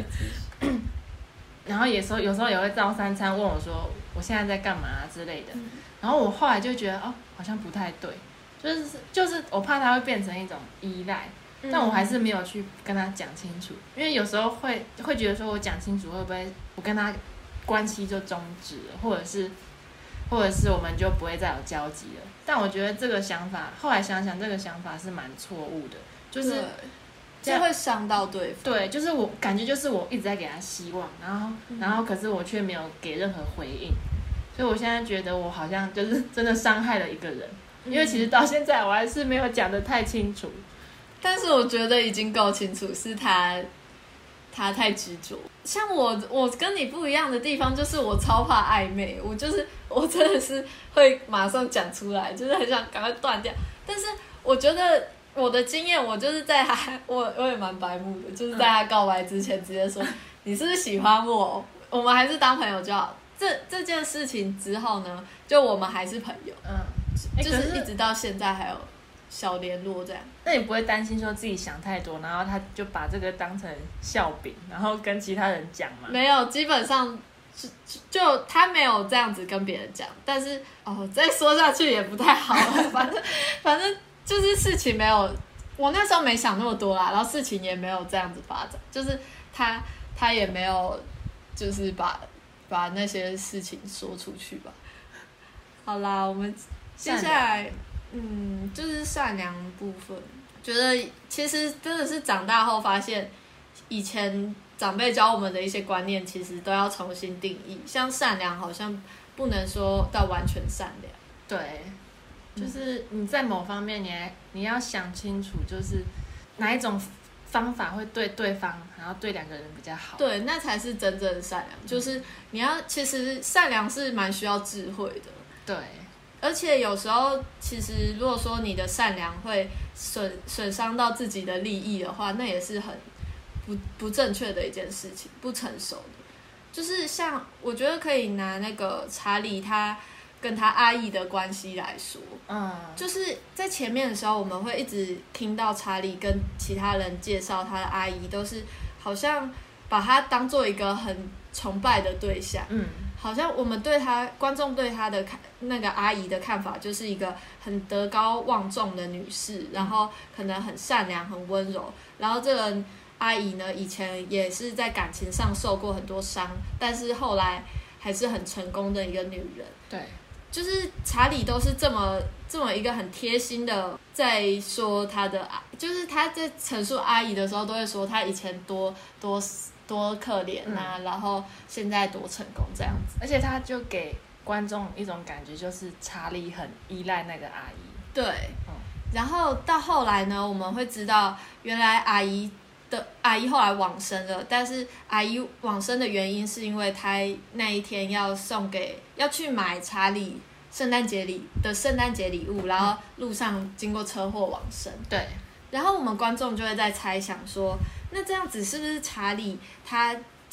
然后有时候也会照三餐问我说我现在在干嘛之类的，然后我后来就觉得好像不太对，就是我怕他会变成一种依赖，但我还是没有去跟他讲清楚，因为有时候会觉得说我讲清楚会不会我跟他关系就终止了，或者是我们就不会再有交集了。但我觉得这个想法后来想想，这个想法是蛮错误的，就是这会伤到对方。 对，就是我感觉就是我一直在给他希望，然后可是我却没有给任何回应，所以我现在觉得我好像就是真的伤害了一个人，因为其实到现在我还是没有讲得太清楚。 但是我觉得已经够清楚，是他太执着。像我跟你不一样的地方，就是我超怕暧昧，我真的是会马上讲出来，就是很想赶快断掉。但是我觉得我的经验，我就是在我也蛮白目的，就是在他告白之前直接说你是不是喜欢我，我们还是当朋友就好。这件事情之后呢，就我们还是朋友，就是一直到现在还有小联络这样。 那你不会担心说自己想太多，然后他就把这个当成笑柄，然后跟其他人讲吗？ 没有，基本上就他没有这样子跟别人讲，但是再说下去也不太好了。反正就是事情没有，我那时候没想那么多啦，然后事情也没有这样子发展，就是他也没有就是把那些事情说出去吧。好啦，我们接下来就是善良部分，觉得其实真的是长大后发现，以前长辈教我们的一些观念，其实都要重新定义。像善良，好像不能说到完全善良。 对，就是你在某方面你要想清楚，就是哪一种方法会对对方，然后对两个人比较好。 对，那才是真正的善良。就是其实善良是蛮需要智慧的。 对。 而且有时候，其实如果说你的善良会损伤到自己的利益的话，那也是很不正确的一件事情，不成熟的。就是像我觉得可以拿那个查理他跟他阿姨的关系来说，就是在前面的时候，我们会一直听到查理跟其他人介绍他的阿姨，都是好像把他当做一个很崇拜的对象。好像我们观众对他的那个阿姨的看法，就是一个很德高望重的女士，然后可能很善良、很温柔。然后这个阿姨呢，以前也是在感情上受过很多伤，但是后来还是很成功的一个女人。 对， 就是查理都是这么一个很贴心的在说他的，就是他在陈述阿姨的时候，都会说他以前多可怜啊，然后现在多成功这样子。 而且他就给观众一种感觉，就是查理很依赖那个阿姨。 对，然后到后来呢，我们会知道原来阿姨后来往生了，但是阿姨往生的原因是因为她那一天要去买查理圣诞节礼物，然后路上经过车祸往生。 对。 然后我们观众就会在猜想说，那这样子是不是查理他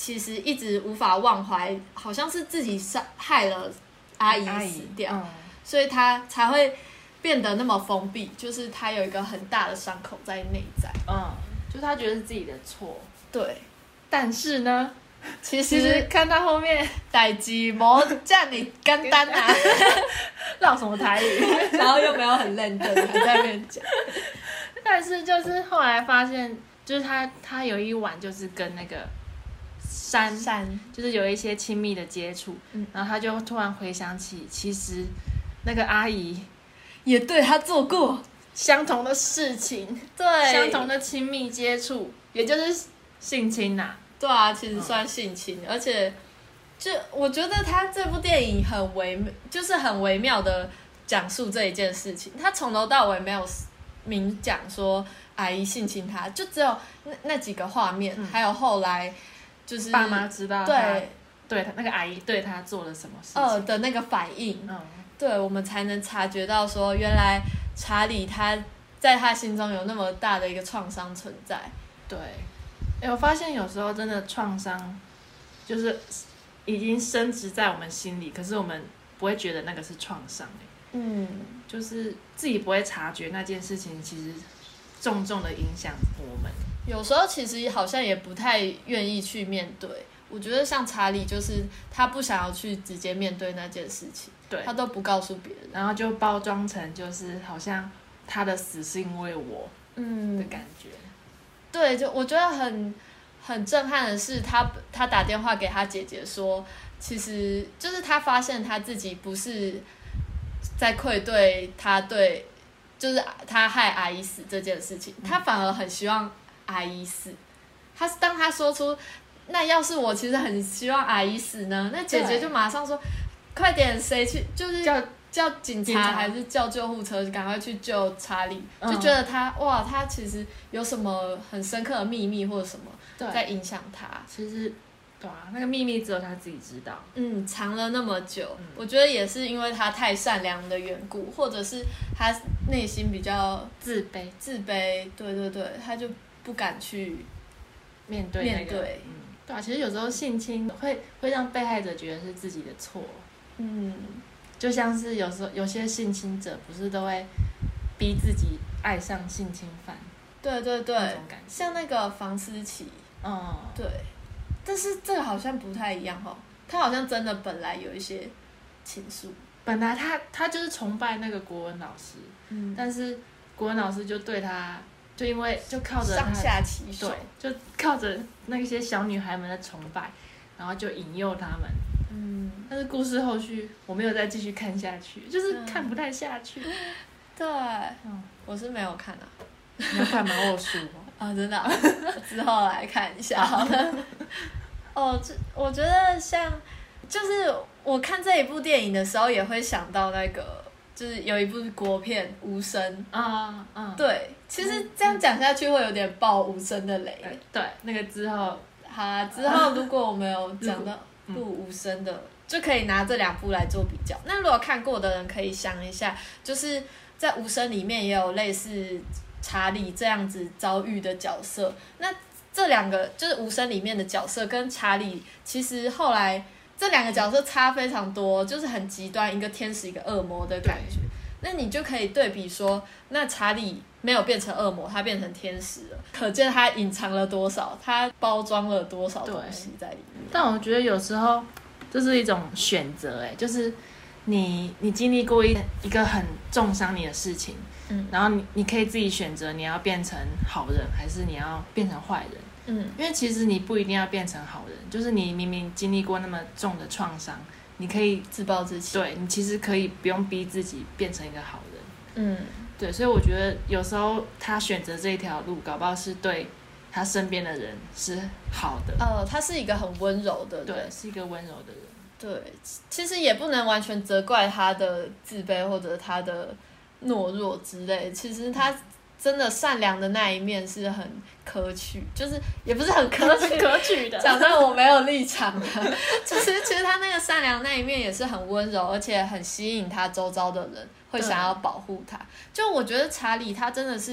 其实一直无法忘怀，好像是自己害了阿姨死掉，所以他才会变得那么封闭，就是他有一个很大的伤口在内在。 就是他觉得是自己的错。 对， 但是呢， 其实看到后面代志没这样你简单啊， 唠什么台语， 然后又没有很认真，还在那边讲。 但是就是后来发现，就是他有一晚就是跟那个山就是有一些亲密的接触，然后他就突然回想起，其实那个阿姨也对他做过相同的事情， 对， 相同的亲密接触，也就是性侵呐。 对啊，其实算性侵，而且就我觉得他这部电影很微妙的讲述这一件事情，他从头到尾没有明讲说阿姨性侵他，就只有那几个画面，还有后来就是爸妈知道对他那个阿姨对他做了什么事情的那个反应，对我们才能察觉到说，原来查理他在他心中有那么大的一个创伤存在。 对，我发现有时候真的创伤就是已经深植在我们心里，可是我们不会觉得那个是创伤，就是自己不会察觉那件事情其实重重的影响我们。 有时候其实好像也不太愿意去面对。我觉得像查理，就是他不想要去直接面对那件事情，对，他都不告诉别人， 然后就包装成就是好像他的死是因为我，的感觉。 对，就我觉得很震撼的是他打电话给他姐姐说，其实就是他发现他自己不是在愧对就是他害阿姨死这件事情，他反而很希望阿姨死。当他说出那要是我其实很希望阿姨死呢，那姐姐就马上说快点，谁去，就是叫警察还是叫救护车，赶快去救查理。就觉得他其实有什么很深刻的秘密或者什么在影响他。 其实对啊，那个秘密只有他自己知道。 藏了那么久，我觉得也是因为他太善良的缘故，或者是他内心比较自卑。 对，他就不敢去面对。对啊，其实有时候性侵会让被害者觉得是自己的错。就像是有时候有些性侵者不是都会逼自己爱上性侵犯。 对， 那种感觉像那个房思琪。对。但是这个好像不太一样他好像真的本来有一些情愫。 本来他就是崇拜那个国文老师，但是国文老师就对他，就因为就靠着上下其手， 对，就靠着那些小女孩们的崇拜，然后就引诱他们。但是故事后续我没有再继续看下去，就是看不太下去。 对，我是没有看啊。 你要看吗？我有书真的之后来看一下好了。我觉得就是我看这一部电影的时候，也会想到那个，就是有一部国片《无声》对，其实这样讲下去会有点爆无声的雷。 对，那个之后， 之后如果我们有讲到部无声的，就可以拿这两部来做比较。那如果看过的人可以想一下，就是在无声里面也有类似查理这样子遭遇的角色。那这两个就是无声里面的角色跟查理，其实后来这两个角色差非常多，就是很极端，一个天使一个恶魔的感觉。那你就可以对比说，那查理没有变成恶魔，他变成天使了，可见他隐藏了多少，他包装了多少东西在里面。 但我觉得有时候这是一种选择，就是你经历过一个很重伤你的事情，然后你可以自己选择你要变成好人还是你要变成坏人。因为其实你不一定要变成好人，就是你明明经历过那么重的创伤，你可以自暴自弃。 对，你其实可以不用逼自己变成一个好人。对，所以我觉得有时候他选择这一条路，搞不好是对他身边的人是好的。 他是一个很温柔的人。 对，是一个温柔的人。 对，其实也不能完全责怪他的自卑或者他的懦弱之类，其实他真的善良的那一面是很可取，就是也不是很可取的，讲到我没有立场的，就是其实他那个善良那一面也是很温柔，而且很吸引他周遭的人会想要保护他。就我觉得查理他真的是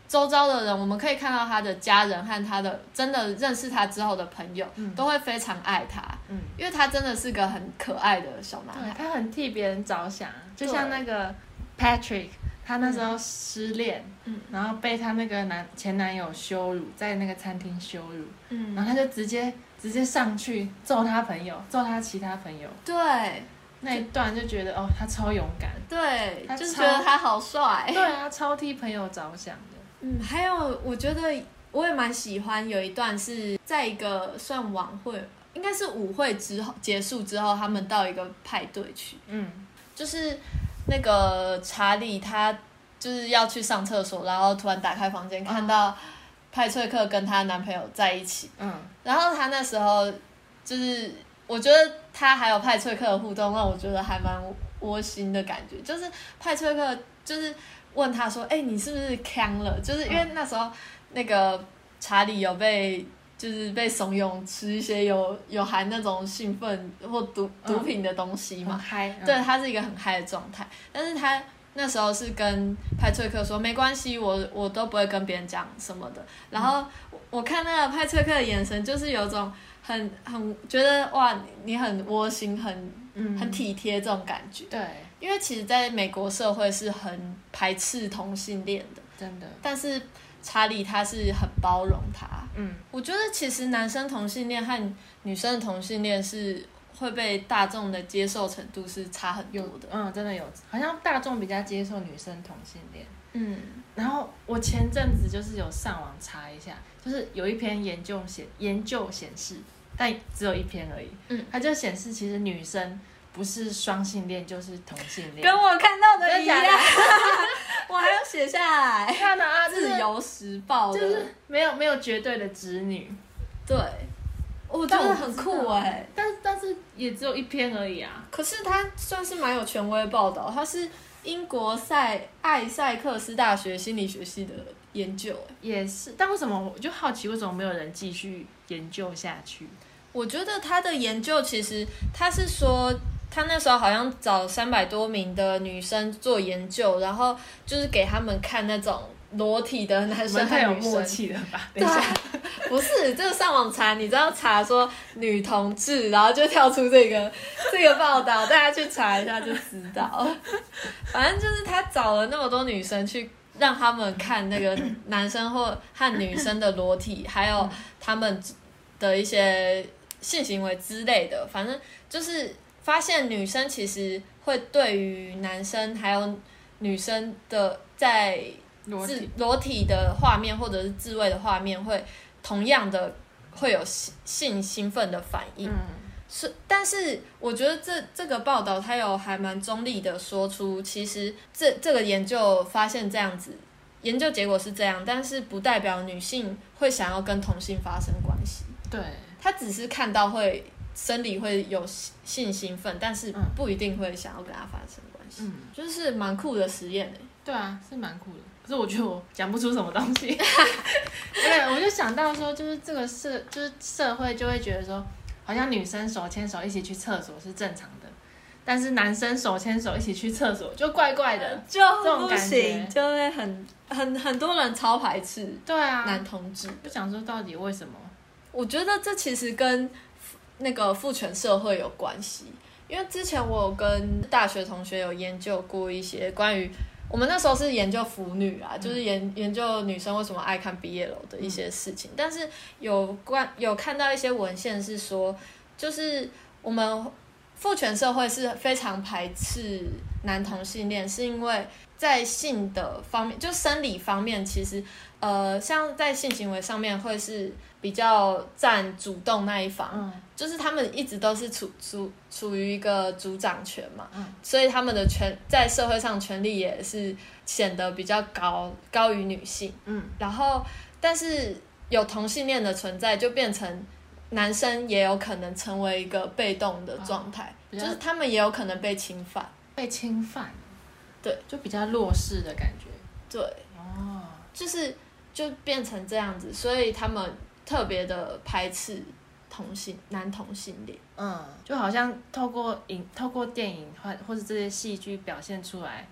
周遭的人，我们可以看到他的家人和他的真的认识他之后的朋友，都会非常爱他，因为他真的是个很可爱的小男孩， 他很替别人着想，就像那个 Patrick， 他那时候失恋，然后被他那个前男友羞辱，在那个餐厅羞辱，然后他就直接上去揍他朋友，揍他其他朋友， 对。 那一段就觉得他超勇敢， 对，就是觉得他好帅， 对啊，超替朋友着想的。 还有我觉得我也蛮喜欢有一段是在一个算晚会，应该是舞会之后结束之后，他们到一个派对去，就是那个查理他就是要去上厕所，然后突然打开房间，看到派翠克跟她男朋友在一起，然后他那时候就是我觉得他还有派翠克的互动，让我觉得还蛮窝心的感觉。就是派翠克就是问他说：“你是不是呛了？”就是因为那时候那个查理有被怂恿吃一些有含那种兴奋或毒品的东西嘛， 嗨， 对，他是一个很嗨的状态。但是他那时候是跟派翠克说：“没关系，我都不会跟别人讲什么的。”然后我看那个派翠克的眼神，就是有种很觉得哇，你很窝心，很体贴这种感觉。 对， 因为其实在美国社会是很排斥同性恋的， 真的。 但是查理他是很包容他。我觉得其实男生同性恋和女生的同性恋是会被大众的接受程度是差很多的。 真的有，好像大众比较接受女生同性恋。然后我前阵子就是有上网查一下，就是有一篇研究显示，但只有一篇而已。它就显示其实女生不是双性恋就是同性恋， 跟我看到的一样。我还要写下来。 看到啊， 自由时报的， 就是没有绝对的直女。 对，我觉得很酷但是也只有一篇而已啊。 可是它算是蛮有权威报道，它是英国艾塞克斯大学心理学系的研究。 也是，但为什么我就好奇，为什么没有人继续研究下去？ 我觉得他的研究其实他是说，他那时候好像找300多名的女生做研究，然后就是给他们看那种裸体的男生和女生。 太有默契了吧？等一下， 不是，这个上网查，你知道查说女同志，然后就跳出这个报道，大家去查一下就知道。反正就是他找了那么多女生去让他们看那个男生和女生的裸体，还有他们的一些性行为之类的，反正就是发现女生其实会对于男生还有女生的在裸体的画面或者是自慰的画面，会同样的会有性兴奋的反应。但是我觉得这个报道它有还蛮中立的说出，其实这个研究发现这样子，研究结果是这样，但是不代表女性会想要跟同性发生关系。 对， 他只是看到会生理会有性兴奋，但是不一定会想要跟他发生关系。就是蛮酷的实验。 对啊，是蛮酷的。可是我觉得我讲不出什么东西。对，我就想到说，就是这个就是社会就会觉得说，好像女生手牵手一起去厕所是正常的，但是男生手牵手一起去厕所就怪怪的， 就不行，就会很多人超排斥。 对啊， 男同志。 就想说到底为什么？ 我觉得这其实跟那个父权社会有关系，因为之前我有跟大学同学有研究过一些关于，我们那时候是研究腐女啊，就是研究女生为什么爱看 BL 的一些事情，但是有看到一些文献是说，就是我们父权社会是非常排斥男同性恋，是因为在性的方面，就生理方面，其实像在性行为上面会是比较占主动那一方，就是他们一直都是处于一个主掌权嘛，所以他们的在社会上权力也是显得比较高于女性，然后但是有同性恋的存在，就变成男生也有可能成为一个被动的状态，就是他们也有可能被侵犯，对， 就比较弱势的感觉， 对，就变成这样子，所以他们特别的排斥男同性恋， 就好像透过电影或者这些戏剧表现出来，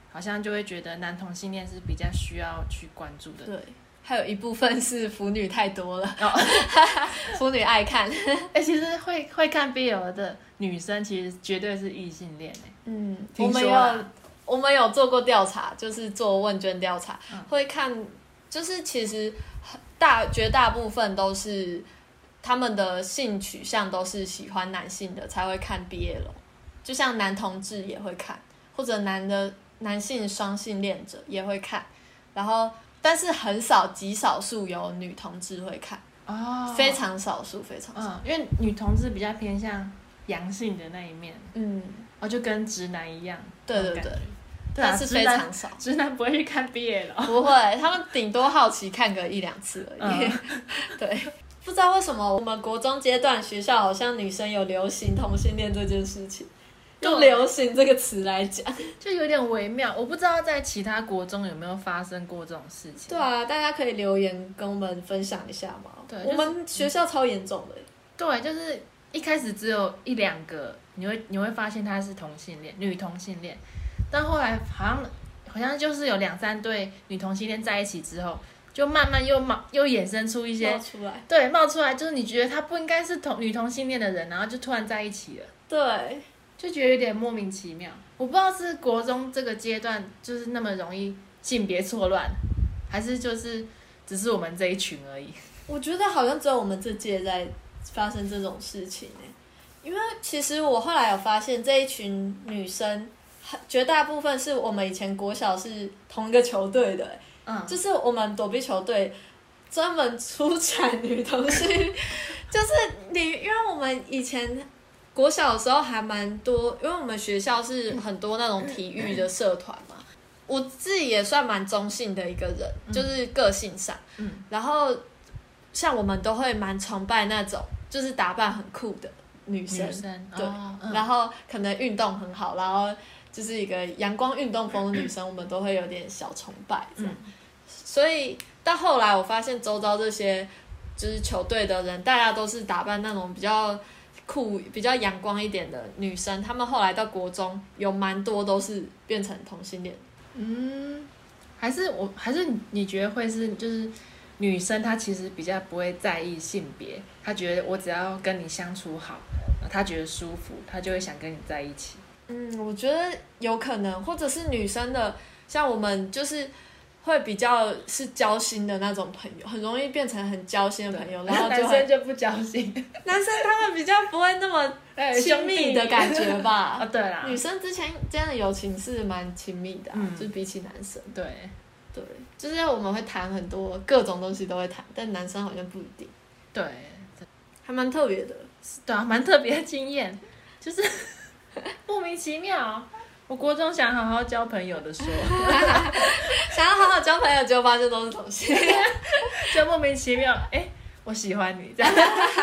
好像就会觉得男同性恋是比较需要去关注的。 对，还有一部分是腐女太多了，腐女爱看。 其实会看 BL 的女生，其实绝对是异性恋我们有做过调查，就是做问卷调查，会看，就是其实绝大部分都是他们的性取向都是喜欢男性的才会看 BL， 就像男同志也会看，或者男性双性恋者也会看，然后但是很少极少数有女同志会看，非常少数，非常少数， 因为女同志比较偏向阳性的那一面，就跟直男一样， 对对对。但是非常少， 直男不会去看 BL， 不会，他们顶多好奇看个1-2次而已。对，不知道为什么我们国中阶段学校好像女生有流行同性恋这件事情，用流行这个词来讲， 就有点微妙。我不知道在其他国中有没有发生过这种事情。 对啊，大家可以留言跟我们分享一下嘛。对，我们学校超严重的。 对，就是一开始只有1-2个，你会发现他是同性恋，女同性恋。但后来好像就是有2-3对女同性恋在一起之后，就慢慢又衍生出一些冒出来，就是你觉得他不应该是女同性恋的人，然后就突然在一起了。 对， 就觉得有点莫名其妙。我不知道是国中这个阶段就是那么容易性别错乱，还是就是只是我们这一群而已。 我觉得好像只有我们这届在发生这种事情因为其实我后来有发现这一群女生。绝大部分是我们以前国小是同一个球队的，就是我们躲避球队专门出产女同性，就是因为我们以前国小的时候还蛮多，因为我们学校是很多那种体育的社团嘛，我自己也算蛮中性的一个人，就是个性上，然后像我们都会蛮崇拜那种就是打扮很酷的女生，对，然后可能运动很好，然后。就是一个阳光运动风的女生，我们都会有点小崇拜这样。所以到后来我发现周遭这些就是球队的人，大家都是打扮那种比较酷、比较阳光一点的女生。他们后来到国中有蛮多都是变成同性恋。 还是你觉得会是就是女生她其实比较不会在意性别，她觉得我只要跟你相处好，她觉得舒服，她就会想跟你在一起。 我觉得有可能，或者是女生的，像我们就是会比较是交心的那种朋友，很容易变成很交心的朋友，然后男生就不交心， 男生他们比较不会那么亲密的感觉吧？ 对啦， 女生之前这样的友情是蛮亲密的，就是比起男生， 对， 就是我们会谈很多各种东西都会谈，但男生好像不一定， 对，还蛮特别的， 对啊，蛮特别的经验，就是。莫名其妙，我国中想好好交朋友的时候， 想要好好交朋友，结果发现都是同性， 就莫名其妙，我喜欢你这样，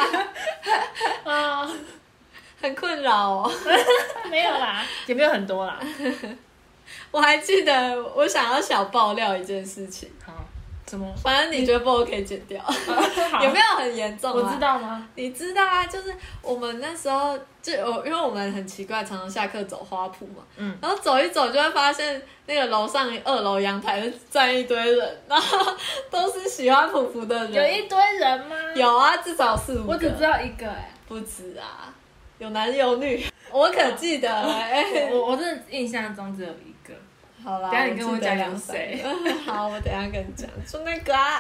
很困扰没有啦，也没有很多啦。 我还记得我想要小爆料一件事情。 好，什么？ 反正你觉得不 OK 剪掉，有没有很严重？ 我知道吗？ 你知道啊，就是我们那时候因为我们很奇怪，常常下课走花圃嘛，然后走一走就会发现那个楼上2楼阳台站一堆人，然后都是喜欢普普的人。 有一堆人吗？ 有啊，至少4-5个。 我只知道1个不止啊，有男有女，我可记得我真的印象中只有1个。 好啦， 等一下你跟我讲有谁？ 好，我等一下跟你讲，说那个啊。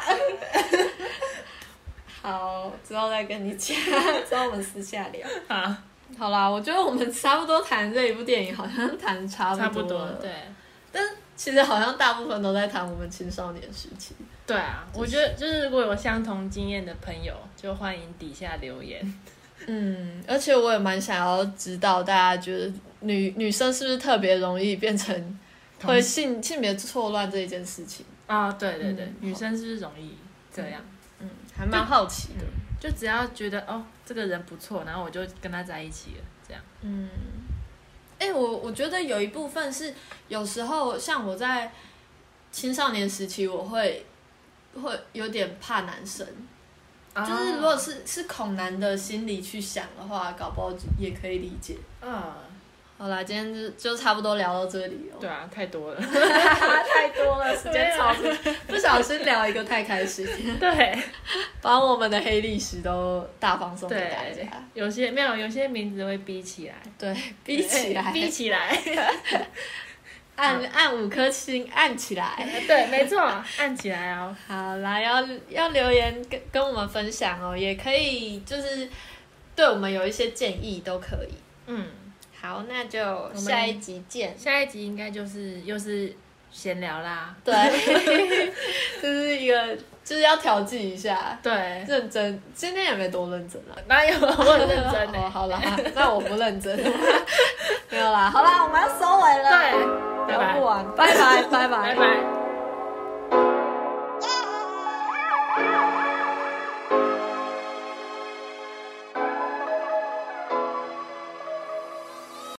好，之后再跟你讲，之后我们私下聊。好啦，我觉得我们差不多谈这一部电影，好像谈差不多了。 对， 但其实好像大部分都在谈我们青少年时期。 对啊，我觉得就是如果有相同经验的朋友，就欢迎底下留言。 而且我也蛮想要知道大家觉得女生是不是特别容易变成会性别错乱这一件事情啊？对对对，女生是不是容易这样？ 还蛮好奇的。 就只要觉得这个人不错，然后我就跟他在一起了，这样。 我觉得有一部分是有时候像我在青少年时期，我会有点怕男生，就是如果是恐男的心理去想的话，搞不好也可以理解。 好啦，今天就差不多聊到这里哦。 对啊，太多了。 太多了，时间超时，不小心聊一个太开心， 对， 把我们的黑历史都大放送给大对家。， 有些名字会逼起来， 对，逼起来， 逼起来。 按5颗星，按起来。 对，没错，按起来哦。 好啦，要留言跟我们分享哦，也可以就是对我们有一些建议都可以。 嗯， 好，那就下一集见。 下一集应该又是闲聊啦。 对，就是一个就是要调剂一下， 对， 认真。今天也没多认真啦。 哪有我很认真呢？ 哦，好啦，那我不认真。没有啦，好啦，我们要收尾了。 对，拜拜聊不完，拜拜，拜拜， 拜拜。